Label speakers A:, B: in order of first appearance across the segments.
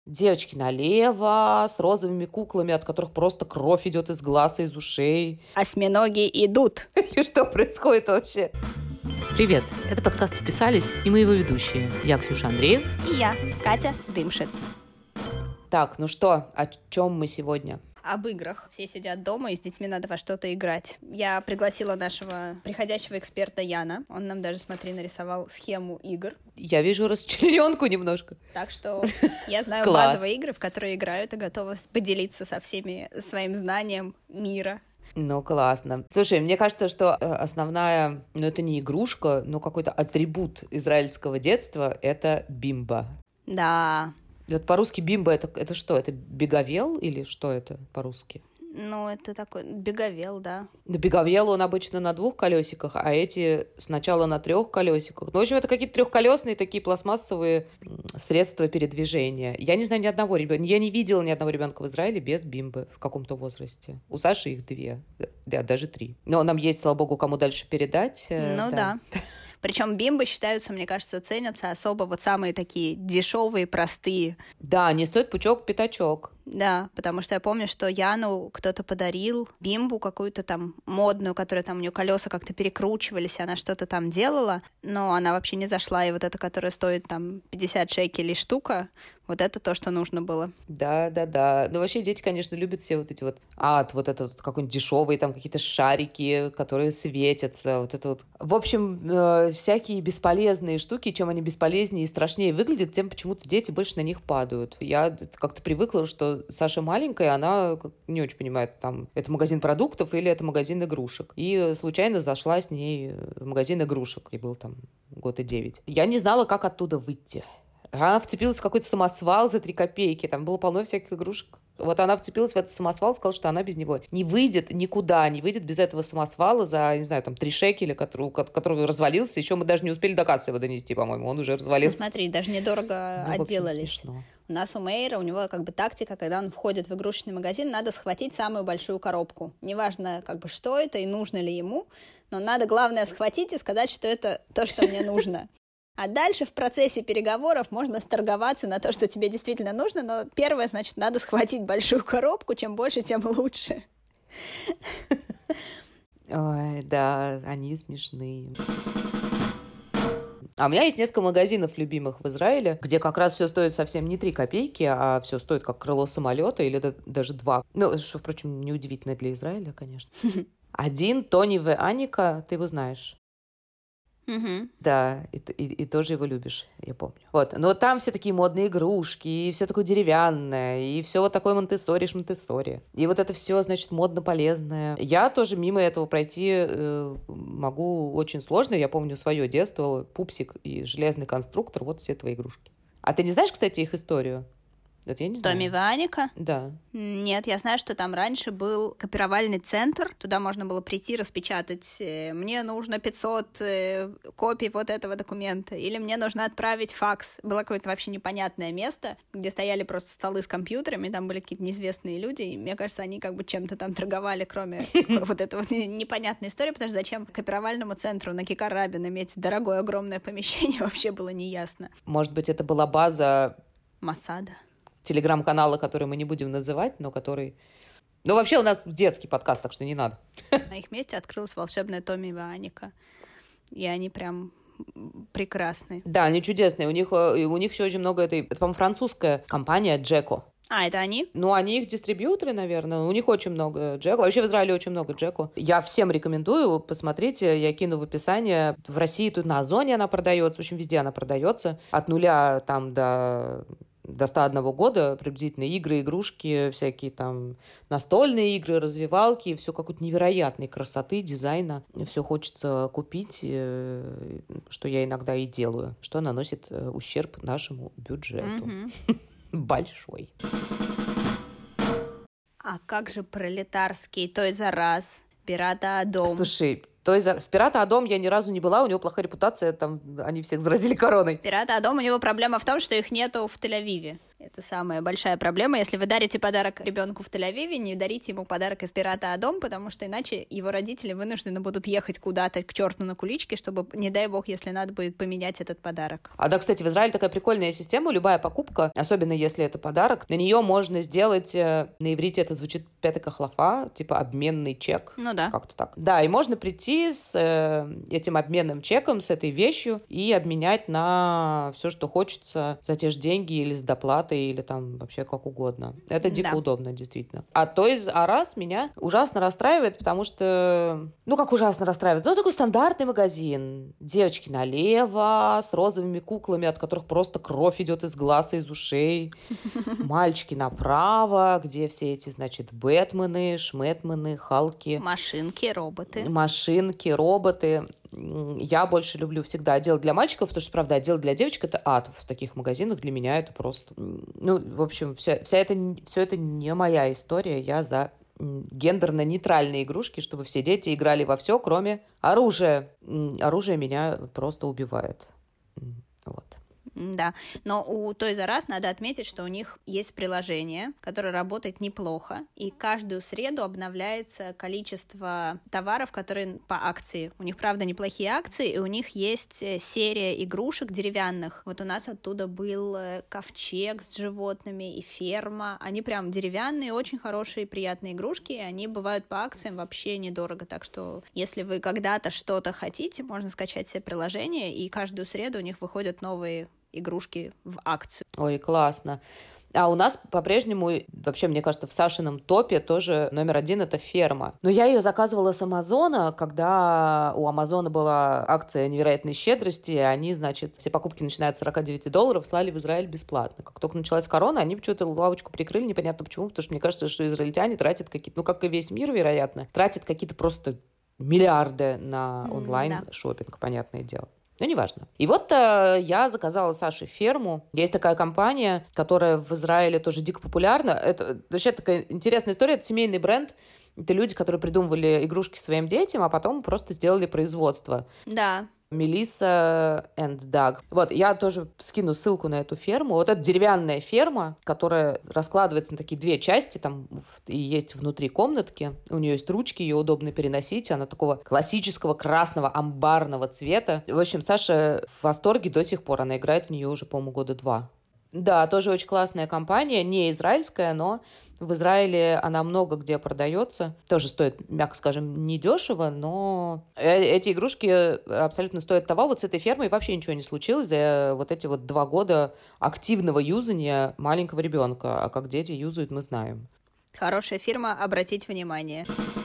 A: Девочки налево, с розовыми куклами, от которых просто кровь идет из глаз и из ушей.
B: Осьминоги идут.
A: И что происходит вообще?
C: Привет, это подкаст «Вписались», и мы его ведущие. Я Ксюша Андреев.
B: И я, Катя Дымшиц.
A: Так, ну что, о чем мы сегодня?
B: Об играх. Все сидят дома, и с детьми надо во что-то играть. Я пригласила нашего приходящего эксперта Яна. Он нам даже, смотри, нарисовал схему игр.
A: Я вижу расчлененку немножко.
B: Так что я знаю
A: Класс.
B: базовые игры, в которые играют, и готова поделиться со всеми своим знанием мира.
A: Ну, классно. Слушай, мне кажется, что основная, ну, это не игрушка, но какой-то атрибут израильского детства — это бимба.
B: Да.
A: Вот по-русски бимба это что? Это беговел или что это по-русски?
B: Ну, это такой беговел, да.
A: Да, беговел он обычно на 2 колесиках, а эти сначала на 3 колесиках. Ну, в общем, это какие-то трехколесные такие пластмассовые средства передвижения. Я не знаю ни одного ребенка, я не видела ни одного ребенка в Израиле без бимбы в каком-то возрасте. У Саши их 2, да, даже 3. Но нам есть, слава богу, кому дальше передать.
B: Ну да. Причем бимбы считаются, мне кажется, ценятся особо вот самые такие дешевые, простые.
A: Да, не стоит пучок-пятачок.
B: Да, потому что я помню, что Яну кто-то подарил бимбу какую-то там модную, которая там у нее колеса как-то перекручивались, и она что-то там делала, но она вообще не зашла, и вот эта, которая стоит там 50 шекелей штука, вот это то, что нужно было.
A: Да. Ну, вообще, дети, конечно, любят все вот эти вот вот это вот какой-нибудь дешевый, там какие-то шарики, которые светятся, вот это вот. В общем, всякие бесполезные штуки, чем они бесполезнее и страшнее выглядят, тем почему-то дети больше на них падают. Я как-то привыкла, что Саша маленькая, она не очень понимает, там, это магазин продуктов или это магазин игрушек. И случайно зашла с ней в магазин игрушек. Ей было там 9 года. Я не знала, как оттуда выйти. Она вцепилась в какой-то самосвал за 3 копейки. Там было полно всяких игрушек. Вот она вцепилась в этот самосвал, сказала, что она без него не выйдет никуда, не выйдет без этого самосвала за, не знаю, там 3 шекеля, который развалился. Еще мы даже не успели до кассы его донести, по-моему. Он уже развалился.
B: Ну, смотри, даже недорого отделались.
A: Смешно.
B: У нас у Мейра, у него как бы тактика, когда он входит в игрушечный магазин, надо схватить самую большую коробку. Неважно, как бы, что это и нужно ли ему, но надо, главное, схватить и сказать, что это то, что мне нужно. А дальше в процессе переговоров можно сторговаться на то, что тебе действительно нужно, но первое, значит, надо схватить большую коробку, чем больше, тем лучше.
A: Ой, да, они смешные. А у меня есть несколько магазинов любимых в Израиле, где как раз все стоит совсем не 3 копейки, а все стоит как крыло самолета или даже 2. Ну, что, впрочем, неудивительно для Израиля, конечно. Один Тони В. Аника, ты его знаешь.
B: Угу.
A: Да, и тоже его любишь, я помню. Вот, но там все такие модные игрушки, и все такое деревянное, и все вот такое Монтессори. И вот это все, значит, модно-полезное. Я тоже мимо этого пройти могу очень сложно. Я помню свое детство, Пупсик и Железный конструктор, вот все твои игрушки. А ты не знаешь, кстати, их историю? Вот я не знаю.
B: Томми Ваника?
A: Да.
B: Нет, я знаю, что там раньше был копировальный центр, туда можно было прийти, распечатать «мне нужно 500 копий вот этого документа» или «мне нужно отправить факс». Было какое-то вообще непонятное место, где стояли просто столы с компьютерами, там были какие-то неизвестные люди, и мне кажется, они как бы чем-то там торговали, кроме вот этой вот непонятной истории, потому что зачем копировальному центру на Кикар-Рабин иметь дорогое огромное помещение, вообще было неясно.
A: Может быть, это была база
B: Масада.
A: Телеграм-канала, который мы не будем называть, но который... Ну, вообще у нас детский подкаст, так что не надо.
B: На их месте открылась волшебная Томми Ваника. И они прям прекрасные.
A: Да, они чудесные. У них еще очень много этой... Это, по-моему, французская компания Джеко.
B: А, это они?
A: Ну, они их дистрибьюторы, наверное. У них очень много Джеко. Вообще в Израиле очень много Джеко. Я всем рекомендую. Посмотрите, я кину в описание. В России тут на Озоне она продается. В общем, везде она продается. От 0 там до 101 года приблизительно игры, игрушки, всякие там настольные игры, развивалки, все какой-то невероятной красоты, дизайна. Все хочется купить, что я иногда и делаю, что наносит ущерб нашему бюджету. Большой.
B: А как же пролетарский Тойз ар Ас, Пирата Адом?
A: Слушай, в «Пирата Адом» я ни разу не была, у него плохая репутация, там они всех заразили короной.
B: «Пирата Адом», у него проблема в том, что их нету в Тель-Авиве. Это самая большая проблема. Если вы дарите подарок ребенку в Тель-Авиве, не дарите ему подарок из «Пирата Адом», потому что иначе его родители вынуждены будут ехать куда-то к черту на куличке, чтобы, не дай бог, если надо будет поменять этот подарок.
A: А да, кстати, в Израиле такая прикольная система. Любая покупка, особенно если это подарок, на нее можно сделать, на иврите это звучит пятый хлафа, типа обменный чек.
B: Ну да.
A: Как-то так. Да, и можно прийти с этим обменным чеком, с этой вещью и обменять на все, что хочется, за те же деньги или с доплатой, или там вообще как угодно. Это дико удобно, действительно. А Toys R Us меня ужасно расстраивает, потому что... Ну, как ужасно расстраивает? Ну, такой стандартный магазин. Девочки налево, с розовыми куклами, от которых просто кровь идет из глаз и из ушей. Мальчики направо, где все эти, значит, Бэтмены, Шмэтмены, Халки.
B: Машинки, роботы.
A: Машинки, роботы. Я больше люблю всегда отдел для мальчиков, потому что, правда, отдел для девочек — это ад в таких магазинах. Для меня это просто... Ну, в общем, все это не моя история. Я за гендерно-нейтральные игрушки, чтобы все дети играли во все, кроме оружия. Оружие меня просто убивает. Вот.
B: Да, но у Toys R Us надо отметить, что у них есть приложение, которое работает неплохо, и каждую среду обновляется количество товаров, которые по акции. У них, правда, неплохие акции, и у них есть серия игрушек деревянных. Вот у нас оттуда был ковчег с животными и ферма. Они прям деревянные, очень хорошие, приятные игрушки, и они бывают по акциям вообще недорого. Так что, если вы когда-то что-то хотите, можно скачать себе приложение, и каждую среду у них выходят новые игрушки в акцию.
A: Ой, классно. А у нас по-прежнему, вообще, мне кажется, в Сашином топе тоже номер 1 — это ферма. Но я ее заказывала с Амазона, когда у Амазона была акция невероятной щедрости, и они, значит, все покупки, начиная от $49, слали в Израиль бесплатно. Как только началась корона, они почему-то лавочку прикрыли, непонятно почему, потому что мне кажется, что израильтяне тратят какие-то, ну, как и весь мир, вероятно, тратят какие-то просто миллиарды на онлайн-шопинг, понятное дело. Ну, неважно. И вот я заказала Саше ферму. Есть такая компания, которая в Израиле тоже дико популярна. Это вообще такая интересная история. Это семейный бренд. Это люди, которые придумывали игрушки своим детям, а потом просто сделали производство.
B: Да.
A: Мелисса and Даг. Вот, я тоже скину ссылку на эту ферму. Вот это деревянная ферма, которая раскладывается на такие 2 части, там и есть внутри комнатки. У нее есть ручки, ее удобно переносить. Она такого классического красного амбарного цвета. В общем, Саша в восторге до сих пор. Она играет в нее уже, по-моему, 2 года. Да, тоже очень классная компания, не израильская, но в Израиле она много где продается. Тоже стоит, мягко скажем, недешево, но эти игрушки абсолютно стоят того. Вот с этой фермой вообще ничего не случилось за вот эти вот 2 года активного юзания маленького ребенка. А как дети юзают, мы знаем.
B: Хорошая фирма, обратите внимание.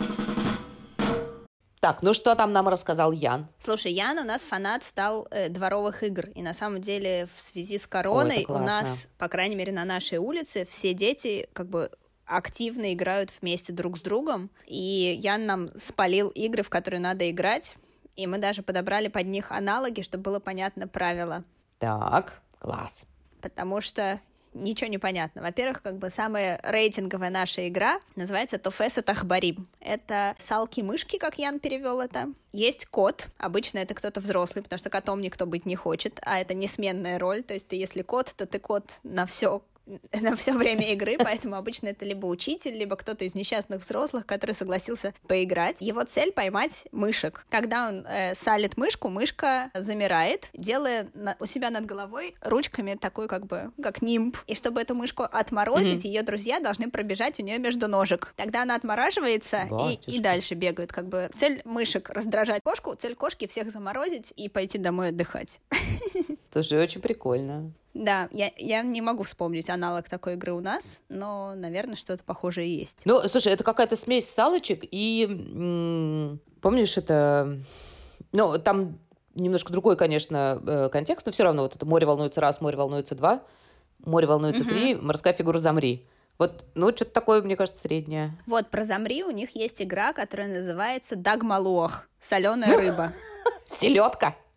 A: Так, ну что там нам рассказал Ян?
B: Слушай, Ян у нас фанат стал дворовых игр, и на самом деле в связи с короной у нас, по крайней мере, на нашей улице все дети как бы активно играют вместе друг с другом, и Ян нам спалил игры, в которые надо играть, и мы даже подобрали под них аналоги, чтобы было понятно правила.
A: Так, класс.
B: Потому что ничего не понятно. Во-первых, как бы самая рейтинговая наша игра называется Тофесет Ахбарим. Это салки-мышки, как Ян перевел это. Есть кот. Обычно это кто-то взрослый, потому что котом никто быть не хочет, а это несменная роль. То есть ты, если кот, то ты кот на все время игры, поэтому обычно это либо учитель, либо кто-то из несчастных взрослых, который согласился поиграть. Его цель — поймать мышек. Когда он салит мышку, мышка замирает, делая у себя над головой ручками такой как нимб. И чтобы эту мышку отморозить, ее друзья должны пробежать у нее между ножек. Тогда она отмораживается и дальше бегает. Как бы цель мышек — раздражать кошку, цель кошки — всех заморозить и пойти домой отдыхать.
A: Слушай, очень прикольно.
B: Да, я не могу вспомнить аналог такой игры у нас, но, наверное, что-то похожее есть.
A: Ну, слушай, это какая-то смесь салочек и... помнишь, это... Ну, там немножко другой, конечно, контекст, но все равно вот это «Море волнуется раз», «Море волнуется два», «Море волнуется три», «Морская фигура замри». Вот, ну, что-то такое, мне кажется, среднее.
B: Вот, про замри у них есть игра, которая называется «Дагмалуах», «Соленая рыба».
A: Селедка.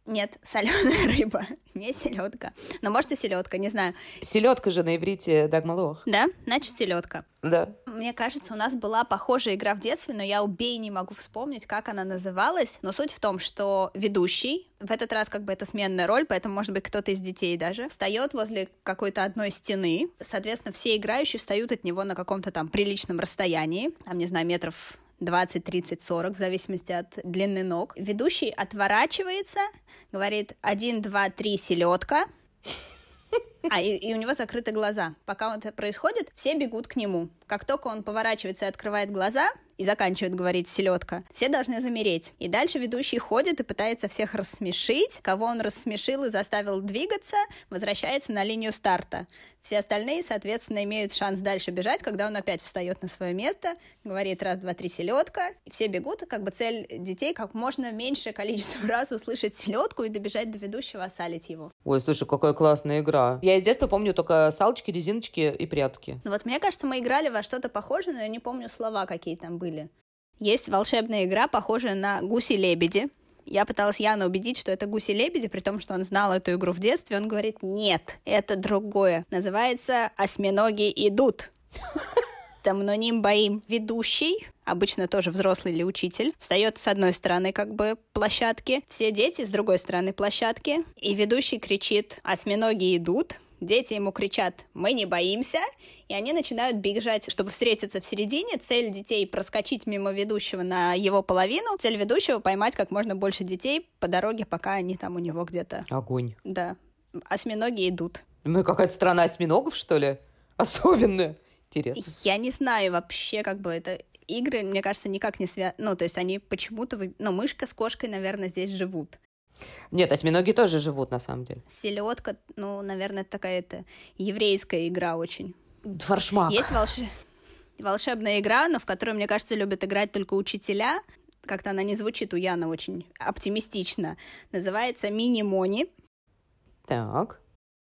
B: Нет, соленая рыба, не селедка. Но может и селедка, не знаю.
A: Селедка же на иврите дагмалох.
B: Да? Значит, селедка.
A: Да.
B: Мне кажется, у нас была похожая игра в детстве, но я убей не могу вспомнить, как она называлась. Но суть в том, что ведущий, в этот раз как бы это сменная роль, поэтому, может быть, кто-то из детей даже, встает возле какой-то одной стены. Соответственно, все играющие встают от него на каком-то там приличном расстоянии, там, не знаю, метров 20, 30, 40, в зависимости от длины ног. Ведущий отворачивается, говорит 1, 2, 3, селедка. И у него закрыты глаза. Пока это происходит, все бегут к нему. Как только он поворачивается и открывает глаза, и заканчивает говорить «селедка», все должны замереть. И дальше ведущий ходит и пытается всех рассмешить. Кого он рассмешил и заставил двигаться, возвращается на линию старта. Все остальные, соответственно, имеют шанс дальше бежать, когда он опять встает на свое место, говорит «раз, два, три, селедка», и все бегут. И как бы цель детей как можно меньшее количество раз услышать селедку и добежать до ведущего, осалить его.
A: Ой, слушай, какая классная игра. Я из детства помню только салочки, резиночки и прятки.
B: Ну вот мне кажется, мы играли во что-то похожее, но я не помню слова, какие там были. Есть волшебная игра, похожая на «Гуси-лебеди». Я пыталась Яна убедить, что это «Гуси-лебеди», при том, что он знал эту игру в детстве. Он говорит, нет, это другое. Называется «Осьминоги идут». Тамноним боим. Ведущий, обычно тоже взрослый или учитель, встает с одной стороны как бы площадки, все дети с другой стороны площадки, и ведущий кричит «Осьминоги идут». Дети ему кричат «Мы не боимся», и они начинают бежать, чтобы встретиться в середине. Цель детей — проскочить мимо ведущего на его половину. Цель ведущего — поймать как можно больше детей по дороге, пока они там у него где-то.
A: Огонь.
B: Да. Осьминоги идут.
A: Мы какая-то страна осьминогов, что ли? Особенная. Интересно.
B: Я не знаю вообще, как бы это... Игры, мне кажется, никак не связаны. Ну, то есть они почему-то... Ну, мышка с кошкой, наверное, здесь живут.
A: Нет, осьминоги тоже живут, на самом деле.
B: Селедка, ну, наверное, такая-то еврейская игра очень.
A: Форшмак.
B: Есть волшебная игра, но в которую, мне кажется, любят играть только учителя. Как-то она не звучит у Яны очень оптимистично. Называется «Мини-мони».
A: Так.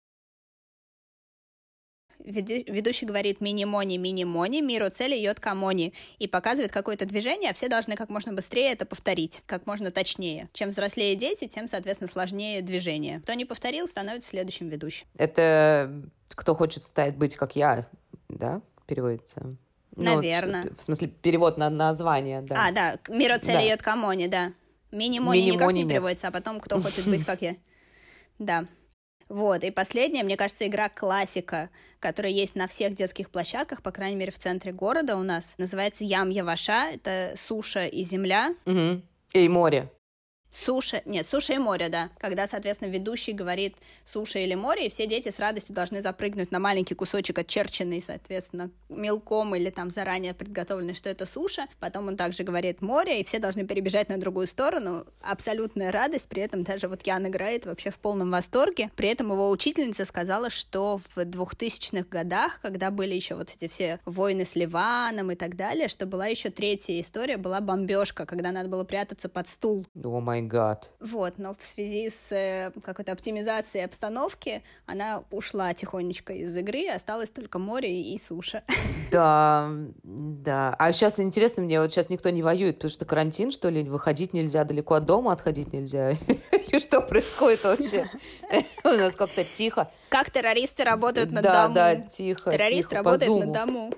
B: Ведущий говорит «мини-мони, мини-мони, миру цели йод камони» и показывает какое-то движение, а все должны как можно быстрее это повторить, как можно точнее. Чем взрослее дети, тем, соответственно, сложнее движение. Кто не повторил, становится следующим ведущим.
A: Это «Кто хочет быть как я», да, переводится?
B: Наверное.
A: Ну, в смысле, перевод на название, да.
B: А, да, «миру цели йод камони», да. «Мини-мони» никак не переводится, а потом «Кто хочет быть как я». Да. Вот, и последняя, мне кажется, игра классика, которая есть на всех детских площадках, по крайней мере, в центре города у нас. Называется Ям-Яваша, это суша и земля.
A: Угу. И море.
B: Суша и море, да. Когда, соответственно, ведущий говорит суша или море, и все дети с радостью должны запрыгнуть на маленький кусочек, отчерченный, соответственно, мелком или там заранее подготовленный, что это суша. Потом он также говорит море, и все должны перебежать на другую сторону. Абсолютная радость, при этом даже вот Ян играет вообще в полном восторге. При этом его учительница сказала, что в 2000-х годах, когда были еще вот эти все войны с Ливаном и так далее, что была еще третья история, была бомбежка, когда надо было прятаться под стул.
A: О май гад.
B: Вот, но в связи с какой-то оптимизацией обстановки она ушла тихонечко из игры, осталось только море и суша.
A: Да, да. А сейчас интересно мне, вот сейчас никто не воюет, потому что карантин, что ли, выходить нельзя, далеко от дома отходить нельзя? Или что происходит вообще? У нас как-то тихо.
B: Как террористы работают на дому?
A: Да, тихо.
B: Террорист работает на дому.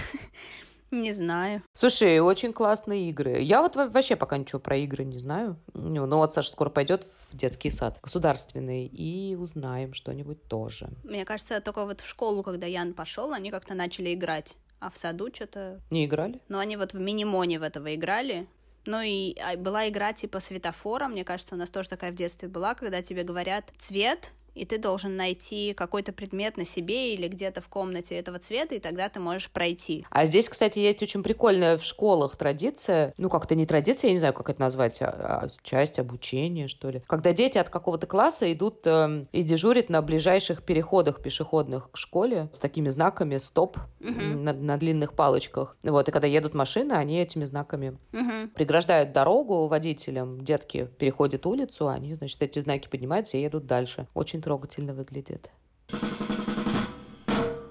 B: Не знаю.
A: Слушай, очень классные игры. Я вот вообще пока ничего про игры не знаю. Ну вот Саша скоро пойдет в детский сад государственный, и узнаем что-нибудь тоже.
B: Мне кажется, только вот в школу, когда Ян пошел, они как-то начали играть. А в саду что-то...
A: Не играли?
B: Ну, они вот в мини-моне в этого играли. Ну и была игра типа светофора, мне кажется, у нас тоже такая в детстве была, когда тебе говорят цвет, и ты должен найти какой-то предмет на себе или где-то в комнате этого цвета, и тогда ты можешь пройти.
A: А здесь, кстати, есть очень прикольная в школах традиция, ну как-то не традиция, я не знаю, как это назвать, часть обучения, что ли. Когда дети от какого-то класса идут и дежурят на ближайших переходах пешеходных к школе с такими знаками «стоп» на длинных палочках. Вот, и когда едут машины, они этими знаками преграждают дорогу водителям. Детки переходят улицу, они, значит, эти знаки поднимают, все едут дальше. Очень трогательно выглядит.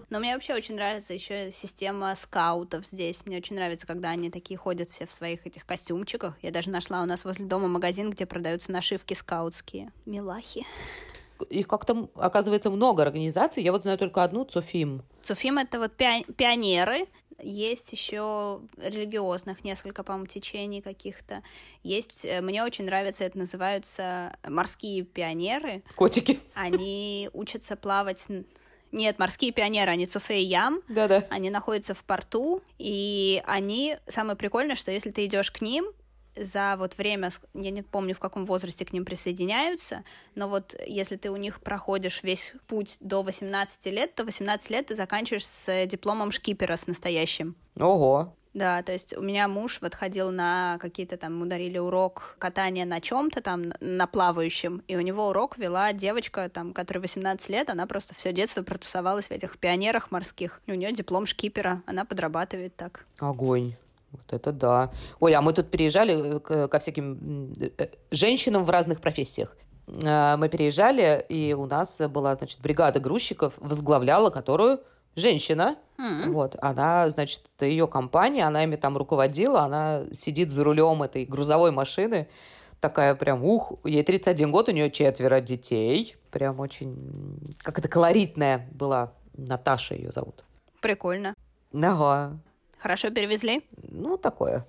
B: Но мне вообще очень нравится еще система скаутов здесь. Мне очень нравится, когда они такие ходят все в своих этих костюмчиках. Я даже нашла у нас возле дома магазин, где продаются нашивки скаутские. Милахи.
A: Их как-то, оказывается, много организаций. Я вот знаю только одну, ЦОФИМ.
B: ЦОФИМ — это вот пионеры. Есть еще религиозных несколько, по-моему, течений каких-то. Есть, мне очень нравится, это называются морские пионеры.
A: Котики.
B: Они учатся плавать... Нет, морские пионеры, они Цуфей-Ям.
A: Да-да.
B: Они находятся в порту, и они... Самое прикольное, что если ты идешь к ним, за вот время, я не помню, в каком возрасте к ним присоединяются, но вот если ты у них проходишь весь путь до 18 лет, то 18 лет ты заканчиваешь с дипломом шкипера, с настоящим.
A: Ого.
B: Да, то есть у меня муж вот ходил на какие-то там, ему дарили урок катания на чем-то там, на плавающем, и у него урок вела девочка, там, которой 18 лет, она просто все детство протусовалась в этих пионерах морских, и у нее диплом шкипера, она подрабатывает так.
A: Огонь. Вот это да. Ой, а мы тут переезжали ко всяким женщинам в разных профессиях. Мы переезжали, и у нас была, значит, бригада грузчиков, возглавляла которую женщина. Вот, она, значит, это ее компания, она ими там руководила, она сидит за рулем этой грузовой машины, такая прям, ей 31 год, у нее 4 детей. Прям очень, как это, колоритная была. Наташа ее зовут.
B: Прикольно.
A: Ага.
B: Хорошо перевезли?
A: Ну, такое.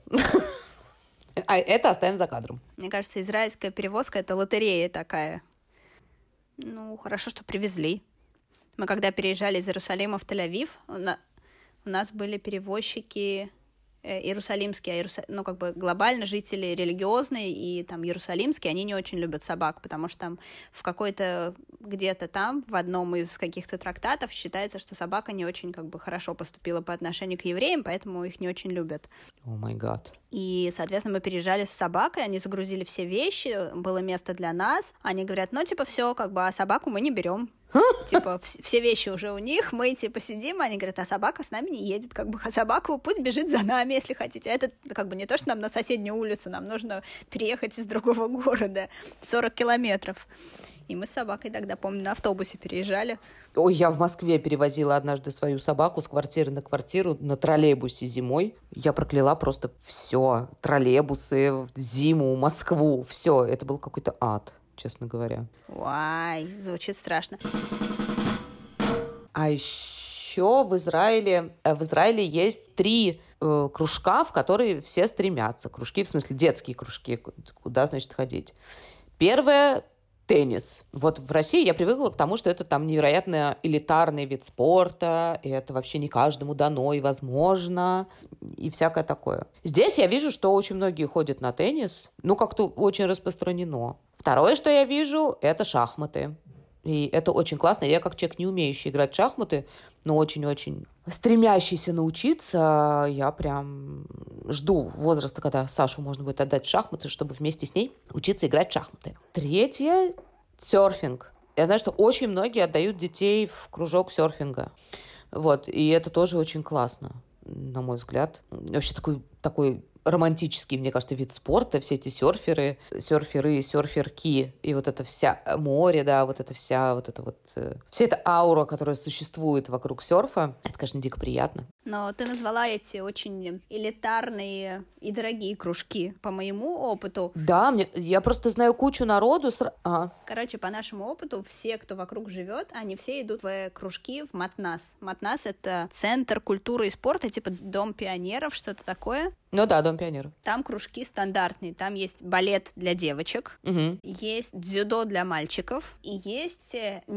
A: А это оставим за кадром.
B: Мне кажется, израильская перевозка — это лотерея такая. Ну, хорошо, что привезли. Мы когда переезжали из Иерусалима в Тель-Авив, у нас были перевозчики иерусалимские, ну, как бы глобально жители религиозные и там иерусалимские, они не очень любят собак, потому что там в какой-то где-то там, в одном из каких-то трактатов считается, что собака не очень как бы хорошо поступила по отношению к евреям, поэтому их не очень любят.
A: О май гад.
B: И, соответственно, мы переезжали с собакой, они загрузили все вещи, было место для нас, они говорят, ну, типа, все, как бы, а собаку мы не берем. Типа, все вещи уже у них, мы, типа, сидим, они говорят, а собака с нами не едет, как бы, а собака пусть бежит за нами, если хотите. А это, как бы, не то, что нам на соседнюю улицу, нам нужно переехать из другого города, 40 километров. И мы с собакой тогда, помню, на автобусе переезжали.
A: Ой, я в Москве перевозила однажды свою собаку с квартиры на квартиру на троллейбусе зимой. Я прокляла просто все. Троллейбусы, зиму, Москву, все. Это был какой-то ад, честно говоря.
B: Ой, звучит страшно.
A: А еще в Израиле есть 3 кружка, в которые все стремятся. Кружки, в смысле детские кружки, куда, значит, ходить. Первое — теннис. Вот в России я привыкла к тому, что это там невероятно элитарный вид спорта, и это вообще не каждому дано и возможно, и всякое такое. Здесь я вижу, что очень многие ходят на теннис, ну, как-то очень распространено. Второе, что я вижу, это шахматы. И это очень классно. Я как человек, не умеющий играть в шахматы, но очень-очень стремящийся научиться, я прям жду возраста, когда Сашу можно будет отдать в шахматы, чтобы вместе с ней учиться играть в шахматы. Третье — серфинг. Я знаю, что очень многие отдают детей в кружок серфинга. Вот. И это тоже очень классно, на мой взгляд. Вообще такой романтический, мне кажется, вид спорта, все эти серферы, серферки, и вот это вся море, да, вся эта аура, которая существует вокруг серфа, это, конечно, дико приятно.
B: Но ты назвала эти очень элитарные и дорогие кружки, по моему опыту.
A: Да, я просто знаю кучу народу.
B: Короче, по нашему опыту, все, кто вокруг живет, они все идут в кружки в Матнас. Матнас — это центр культуры и спорта, типа Дом пионеров, что-то такое.
A: Ну да, Дом пионеров.
B: Там кружки стандартные. Там есть балет для девочек, есть дзюдо для мальчиков, и есть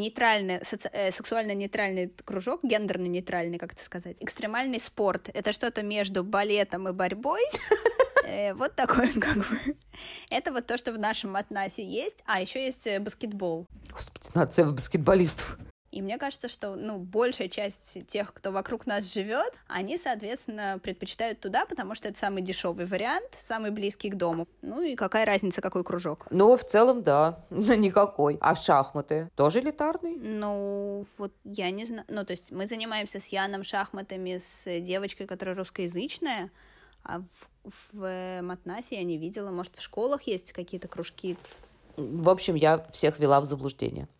B: сексуально-нейтральный кружок, гендерно-нейтральный, как это сказать, экстремальный спорт. Это что-то между балетом и борьбой. Вот такой он как бы. Это вот то, что в нашем Матнасе есть. А еще есть баскетбол.
A: Господи, нация баскетболистов.
B: И мне кажется, что, большая часть тех, кто вокруг нас живет, они, соответственно, предпочитают туда, потому что это самый дешевый вариант, самый близкий к дому. Ну и какая разница, какой кружок?
A: Ну, в целом, да, никакой. А в шахматы тоже элитарный?
B: Ну, вот я не знаю. Ну, то есть мы занимаемся с Яном шахматами с девочкой, которая русскоязычная, а в Матнасе я не видела. Может, в школах есть какие-то кружки?
A: В общем, я всех ввела в заблуждение.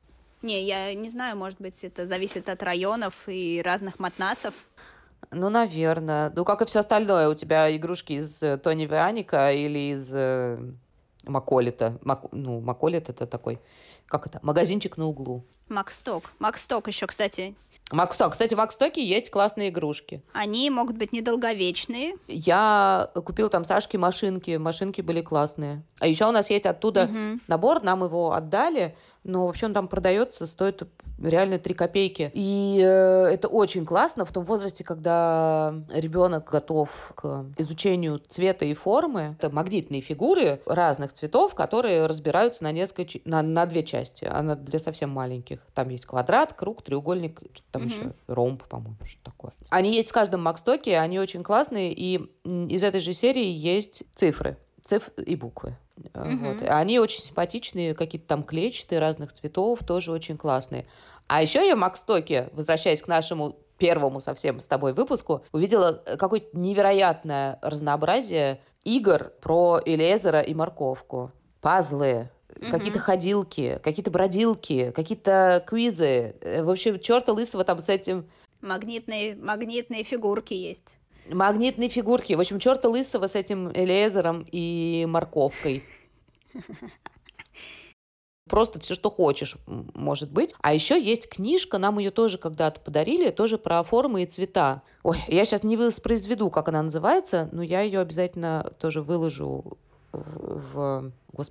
B: Не, я не знаю, может быть, это зависит от районов и разных матнасов.
A: Ну, наверное. Ну, как и все остальное. У тебя игрушки из Тони Вианика или из Маколита. Маколит это такой, как это, магазинчик на углу.
B: Максток. Максток еще, кстати.
A: Максток. Кстати, в Макстоке есть классные игрушки.
B: Они могут быть недолговечные.
A: Я купила там Сашке машинки. Машинки были классные. А еще у нас есть оттуда набор, нам его отдали, но вообще он там продается, стоит реально 3 копейки. И это очень классно в том возрасте, когда ребенок готов к изучению цвета и формы. Это магнитные фигуры разных цветов, которые разбираются на 2 части. Она для совсем маленьких. Там есть квадрат, круг, треугольник, что-то там еще, ромб, по-моему, что такое. Они есть в каждом Макстоке, они очень классные, и из этой же серии есть цифры и буквы. Вот. Они очень симпатичные, какие-то там клетчатые, разных цветов, тоже очень классные. А еще я в Макстоке, возвращаясь к нашему первому совсем с тобой выпуску, увидела какое-то невероятное разнообразие игр про Элиэзера и морковку. Пазлы, какие-то ходилки, какие-то бродилки, какие-то квизы. В общем, черта лысого там с этим...
B: Магнитные фигурки есть.
A: Магнитные фигурки. В общем, черта лысого с этим Элиэзером и морковкой. Просто все, что хочешь, может быть. А еще есть книжка, нам ее тоже когда-то подарили, тоже про формы и цвета. Ой, я сейчас не воспроизведу, как она называется, но я ее обязательно тоже выложу в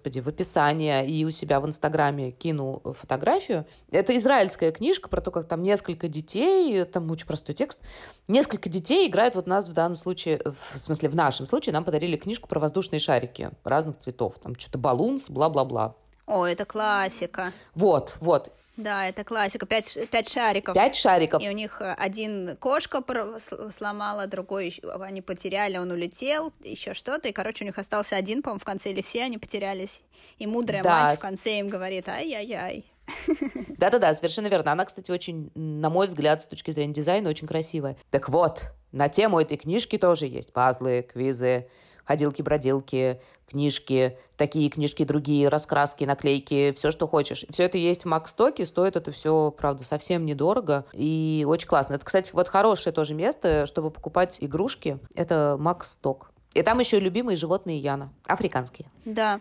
A: описание и у себя в Инстаграме кину фотографию. Это израильская книжка про то, как там несколько детей, там очень простой текст, несколько детей играют, вот нас в данном случае, в смысле в нашем случае, нам подарили книжку про воздушные шарики разных цветов, там что-то баллунс, бла-бла-бла.
B: О, это классика.
A: Вот.
B: Да, это классика. 5 шариков.
A: 5 шариков.
B: И у них один кошка сломала, другой они потеряли, он улетел, еще что-то. И, короче, у них остался один, по-моему, в конце, или все они потерялись. И мудрая мать в конце им говорит: ай-яй-яй.
A: Да-да-да, совершенно верно. Она, кстати, очень, на мой взгляд, с точки зрения дизайна, очень красивая. Так вот, на тему этой книжки тоже есть пазлы, квизы, ходилки-бродилки, книжки, такие книжки, другие, раскраски, наклейки, все, что хочешь. Все это есть в Макстоке, стоит это все, правда, совсем недорого и очень классно. Это, кстати, вот хорошее тоже место, чтобы покупать игрушки. Это Максток. И там еще любимые животные Яна, африканские.
B: Да,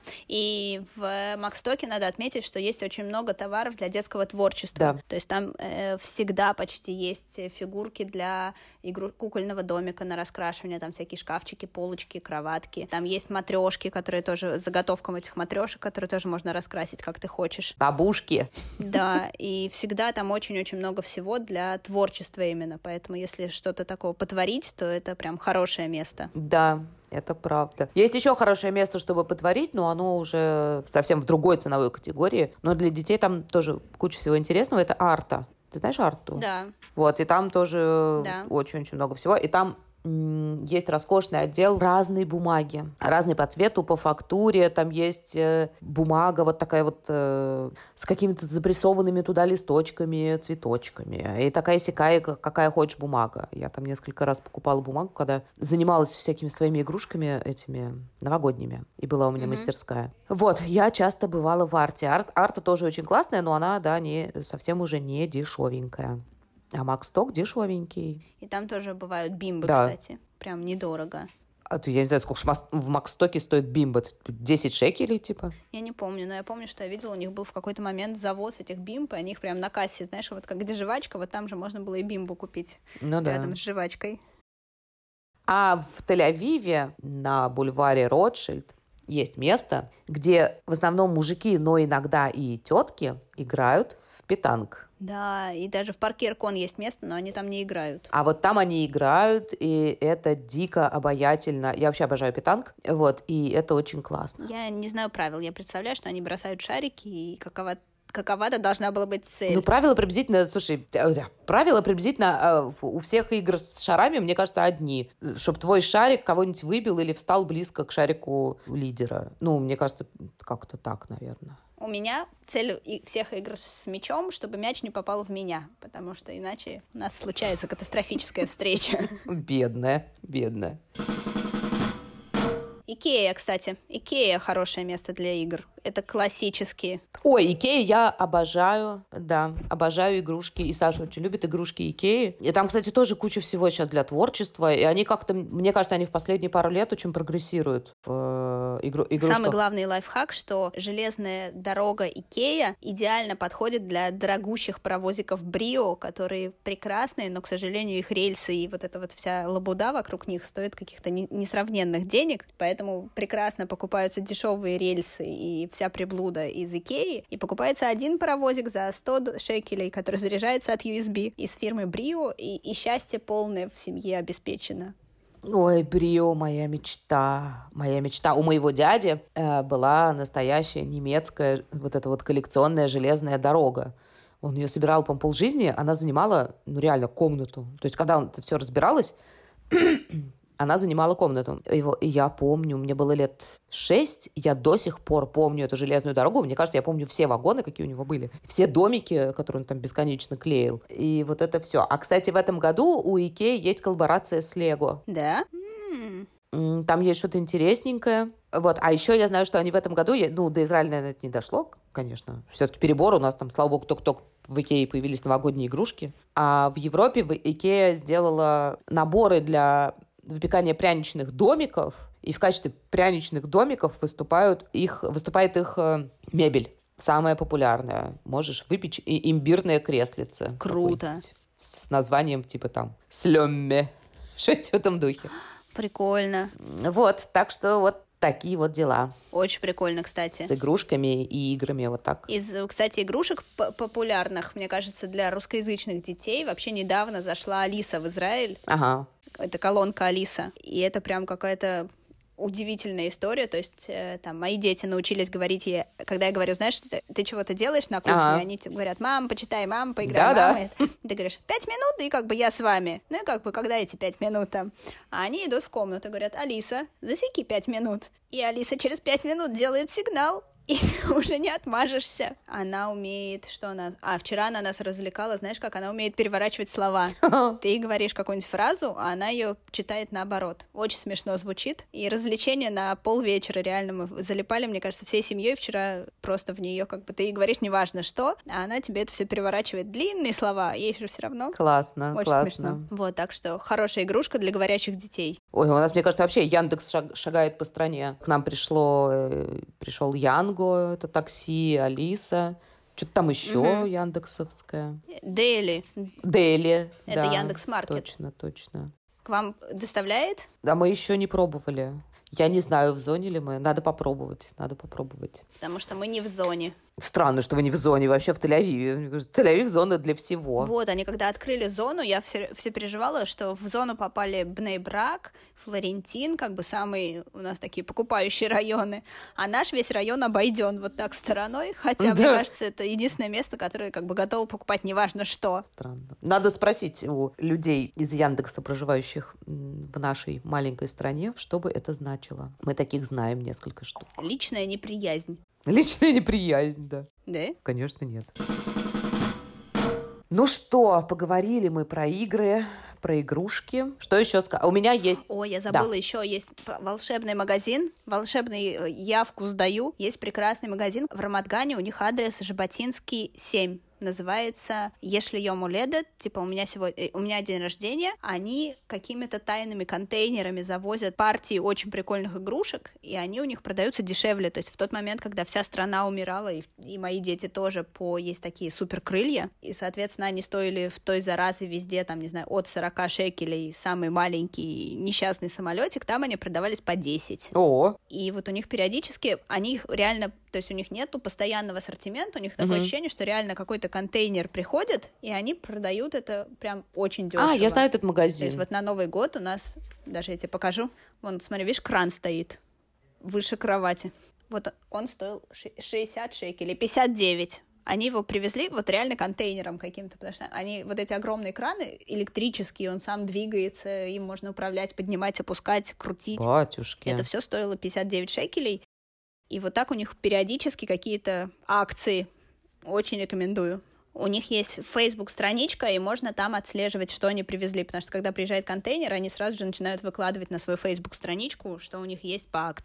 B: и в Макстоке надо отметить, что есть очень много товаров для детского творчества.
A: Да.
B: То есть там всегда почти есть фигурки для кукольного домика на раскрашивание, там всякие шкафчики, полочки, кроватки. Там есть матрешки, которые тоже, заготовкам этих матрешек, которые тоже можно раскрасить, как ты хочешь.
A: Бабушки.
B: Да, и всегда там очень-очень много всего для творчества именно, поэтому если что-то такого потворить, то это прям хорошее место.
A: Да. Это правда. Есть еще хорошее место, чтобы потворить, но оно уже совсем в другой ценовой категории. Но для детей там тоже куча всего интересного. Это Арта. Ты знаешь Арту?
B: Да.
A: Вот, и там тоже очень-очень много всего. И там есть роскошный отдел разной бумаги, разной по цвету, по фактуре. Там есть бумага вот такая вот с какими-то запрессованными туда листочками, цветочками. И такая-сякая, какая хочешь бумага. Я там несколько раз покупала бумагу, когда занималась всякими своими игрушками этими новогодними. И была у меня мастерская. Вот, я часто бывала в Арте. Арта тоже очень классная, но она, да, совсем уже не дешевенькая. А Максток дешевенький.
B: И там тоже бывают бимбы, кстати. Прям недорого.
A: А я не знаю, сколько в Макстоке стоит бимба. 10 шекелей, типа?
B: Я не помню, но я помню, что я видела, у них был в какой-то момент завоз этих бимб, и они их прям на кассе, знаешь, вот как где жвачка, вот там же можно было и бимбу купить.
A: Ну да.
B: Рядом с жвачкой.
A: А в Тель-Авиве на бульваре Ротшильд есть место, где в основном мужики, но иногда и тетки играют в петанг.
B: Да, и даже в парке Иркон есть место, но они там не играют.
A: А вот там они играют, и это дико обаятельно. Я вообще обожаю петанг, вот, и это очень классно.
B: Я не знаю правил, я представляю, что они бросают шарики, и какова-то должна была быть цель.
A: Ну, правила приблизительно, слушай, у всех игр с шарами, мне кажется, одни. Чтобы твой шарик кого-нибудь выбил или встал близко к шарику лидера. Ну, мне кажется, как-то так, наверное.
B: У меня цель всех игр с мячом, чтобы мяч не попал в меня, потому что иначе у нас случается катастрофическая встреча.
A: Бедная.
B: Икея, кстати. Икея — хорошее место для игр. это классические.
A: Ой, Икея я обожаю, да, обожаю игрушки, и Саша очень любит игрушки Икеи. И там, кстати, тоже куча всего сейчас для творчества, и они как-то, мне кажется, они в последние пару лет очень прогрессируют в игрушках.
B: Самый главный лайфхак, что железная дорога Икея идеально подходит для дорогущих паровозиков Брио, которые прекрасные, но, к сожалению, их рельсы и вот эта вот вся лабуда вокруг них стоит каких-то несравненных денег, поэтому прекрасно покупаются дешевые рельсы и вся приблуда из Икеи, и покупается один паровозик за 100 шекелей, который заряжается от USB из фирмы Брио, и счастье полное в семье обеспечено.
A: Ой, Брио, моя мечта, моя мечта. У моего дяди была настоящая немецкая вот эта вот коллекционная железная дорога. Он ее собирал, по-моему, полжизни, она занимала, ну, реально, комнату. То есть, когда это все разбиралось, она занимала комнату. И я помню, мне было лет 6, я до сих пор помню эту железную дорогу. Мне кажется, я помню все вагоны, какие у него были. Все домики, которые он там бесконечно клеил. И вот это все. А, кстати, в этом году у Икеи есть коллаборация с Лего.
B: Да?
A: Там есть что-то интересненькое. Вот. А еще я знаю, что они в этом году, до Израиля, наверное, это не дошло, конечно. Все-таки перебор у нас там, слава богу, только-только в Икее появились новогодние игрушки. А в Европе Икея сделала наборы для выпекания пряничных домиков, и в качестве пряничных домиков выступает их мебель. Самая популярная. Можешь выпечь и имбирное креслице.
B: Круто.
A: С названием типа там «Слёмме». Что-то в этом духе.
B: Прикольно.
A: Вот, так что вот такие вот дела.
B: Очень прикольно, кстати.
A: С игрушками и играми вот так.
B: Кстати, игрушек популярных, мне кажется, для русскоязычных детей вообще недавно зашла Алиса в Израиль.
A: Ага.
B: Это колонка Алиса. И это прям какая-то удивительная история. То есть там мои дети научились говорить ей, когда я говорю, знаешь, ты чего-то делаешь на кухне, они говорят: мам, почитай, мам, поиграй, мама. Ты говоришь: 5 минут, и как бы я с вами. Ну и как бы когда эти 5 минут там? А они идут в комнату и говорят: Алиса, засеки 5 минут. И Алиса через 5 минут делает сигнал, и ты уже не отмажешься. Она умеет, что она... вчера она нас развлекала, знаешь, как она умеет переворачивать слова. Ты говоришь какую-нибудь фразу, а она ее читает наоборот. Очень смешно звучит. И развлечение на полвечера реально мы залипали, мне кажется, всей семьей вчера просто в нее, как бы ты ей говоришь неважно что, а она тебе это все переворачивает. Длинные слова, ей же все равно.
A: Классно,
B: очень
A: классно.
B: Смешно. Вот, так что хорошая игрушка для говорящих детей.
A: Ой, у нас, мне кажется, вообще Яндекс шагает по стране. К нам пришел Янго, это такси, Алиса. Что-то там еще яндексовское.
B: Дели. Это
A: да.
B: Яндекс.Маркет.
A: Точно.
B: К вам доставляет?
A: Да, мы еще не пробовали. Я не знаю, в зоне ли мы. Надо попробовать.
B: Потому что мы не в зоне.
A: Странно, что вы не в зоне, вообще в Тель-Авиве. Тель-Авив зона для всего.
B: Вот, они когда открыли зону, я все переживала, что в зону попали Бней-Брак, Флорентин, как бы самые у нас такие покупающие районы, а наш весь район обойден вот так стороной, хотя, мне кажется, это единственное место, которое как бы готово покупать неважно что.
A: Странно. Надо спросить у людей из Яндекса, проживающих в нашей маленькой стране, что бы это значило. Мы таких знаем несколько штук.
B: Личная неприязнь.
A: Личная неприязнь, да.
B: Да?
A: Конечно, нет. Ну что, поговорили мы про игры, про игрушки. Что еще сказать? У меня есть...
B: Ой, я забыла, еще есть волшебный магазин. Волшебный явку сдаю. Есть прекрасный магазин в Рамат-Гане. У них адрес Жаботинский, 7. Называется «Если йом уледет», типа у меня день рождения, они какими-то тайными контейнерами завозят партии очень прикольных игрушек, и они у них продаются дешевле. То есть в тот момент, когда вся страна умирала, и мои дети тоже есть такие суперкрылья, и, соответственно, они стоили в той заразе везде, там, не знаю, от 40 шекелей, самый маленький несчастный самолетик, там они продавались по 10.
A: О.
B: И вот у них периодически, они их реально, то есть у них нету постоянного ассортимента, у них такое ощущение, что реально какой-то контейнер приходит, и они продают это прям очень дешево.
A: Я знаю этот магазин.
B: То есть вот на Новый год у нас, даже я тебе покажу, вон, смотри, видишь, кран стоит выше кровати. Вот он стоил 60 шекелей, 59. Они его привезли вот реально контейнером каким-то, потому что они, вот эти огромные краны электрические, он сам двигается, им можно управлять, поднимать, опускать, крутить.
A: Батюшки.
B: Это все стоило 59 шекелей. И вот так у них периодически какие-то акции. Очень рекомендую. У них есть Facebook-страничка, и можно там отслеживать, что они привезли, потому что когда приезжает контейнер, они сразу же начинают выкладывать на свою Facebook-страничку, что у них есть по акции.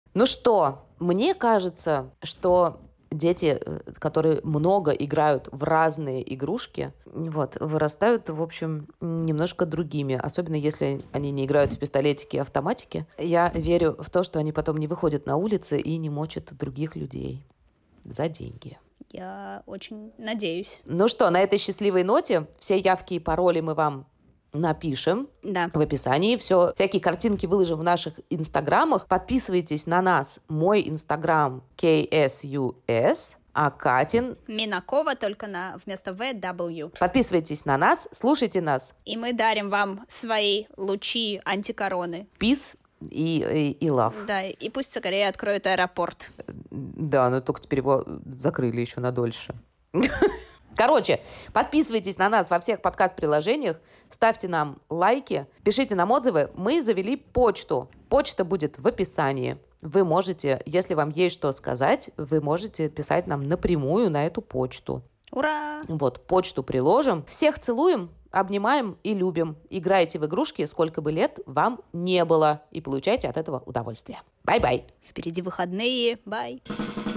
A: Ну что, мне кажется, что дети, которые много играют в разные игрушки, вырастают, в общем, немножко другими. Особенно если они не играют в пистолетики и автоматики. Я верю в то, что они потом не выходят на улицы и не мочат других людей за деньги.
B: Я очень надеюсь.
A: Ну что, на этой счастливой ноте все явки и пароли мы вам напишем в описании. Все, всякие картинки выложим в наших инстаграмах. Подписывайтесь на нас. Мой инстаграм KSUS, а Катин
B: Минакова, только вместо W.
A: Подписывайтесь на нас, слушайте нас.
B: И мы дарим вам свои лучи антикороны.
A: Peace и love.
B: Да, и пусть скорее откроют аэропорт.
A: Да, но только теперь его закрыли еще надольше. Короче, подписывайтесь на нас во всех подкаст-приложениях, ставьте нам лайки, пишите нам отзывы. Мы завели почту. Почта будет в описании. Вы можете, если вам есть что сказать, вы можете писать нам напрямую на эту почту.
B: Ура!
A: Почту приложим. Всех целуем, обнимаем и любим. Играйте в игрушки, сколько бы лет вам не было. И получайте от этого удовольствие. Бай-бай.
B: Впереди выходные. Бай.